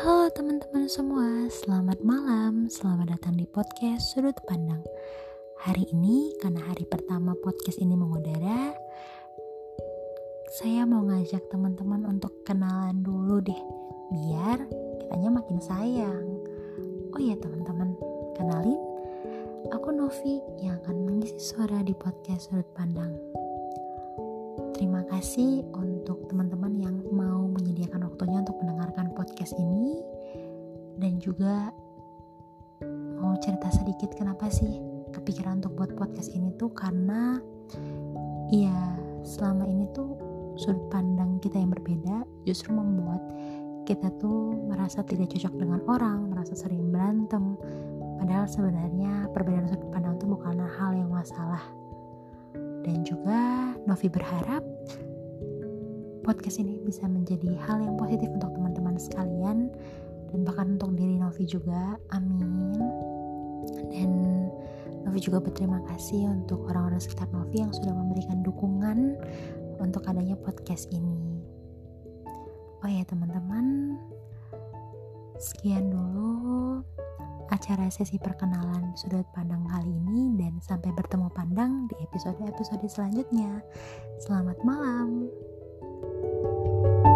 Halo teman-teman semua, selamat malam, selamat datang di podcast Sudut Pandang. Hari ini, karena hari pertama podcast ini mengudara, saya mau ngajak teman-teman untuk kenalan dulu deh, biar kitanya makin sayang. Oh ya teman-teman, kenalin, aku Novi yang akan mengisi suara di podcast Sudut Pandang. Terima kasih untuk teman-teman yang mau menyediakan waktunya untuk mendengarkan podcast ini. Dan juga mau cerita sedikit kenapa sih kepikiran untuk buat podcast ini tuh, karena ya selama ini tuh sudut pandang kita yang berbeda justru membuat kita tuh merasa tidak cocok dengan orang, merasa sering berantem. Padahal sebenarnya perbedaan sudut pandang itu bukanlah hal yang masalah. Dan juga Novi berharap podcast ini bisa menjadi hal yang positif untuk teman-teman sekalian dan bahkan untuk diri Novi juga, amin. Dan Novi juga berterima kasih untuk orang-orang sekitar Novi yang sudah memberikan dukungan untuk adanya podcast ini. Oh ya teman-teman, sekian dulu acara sesi perkenalan sudut pandang kali ini, dan sampai bertemu pandang di episode-episode selanjutnya. Selamat malam.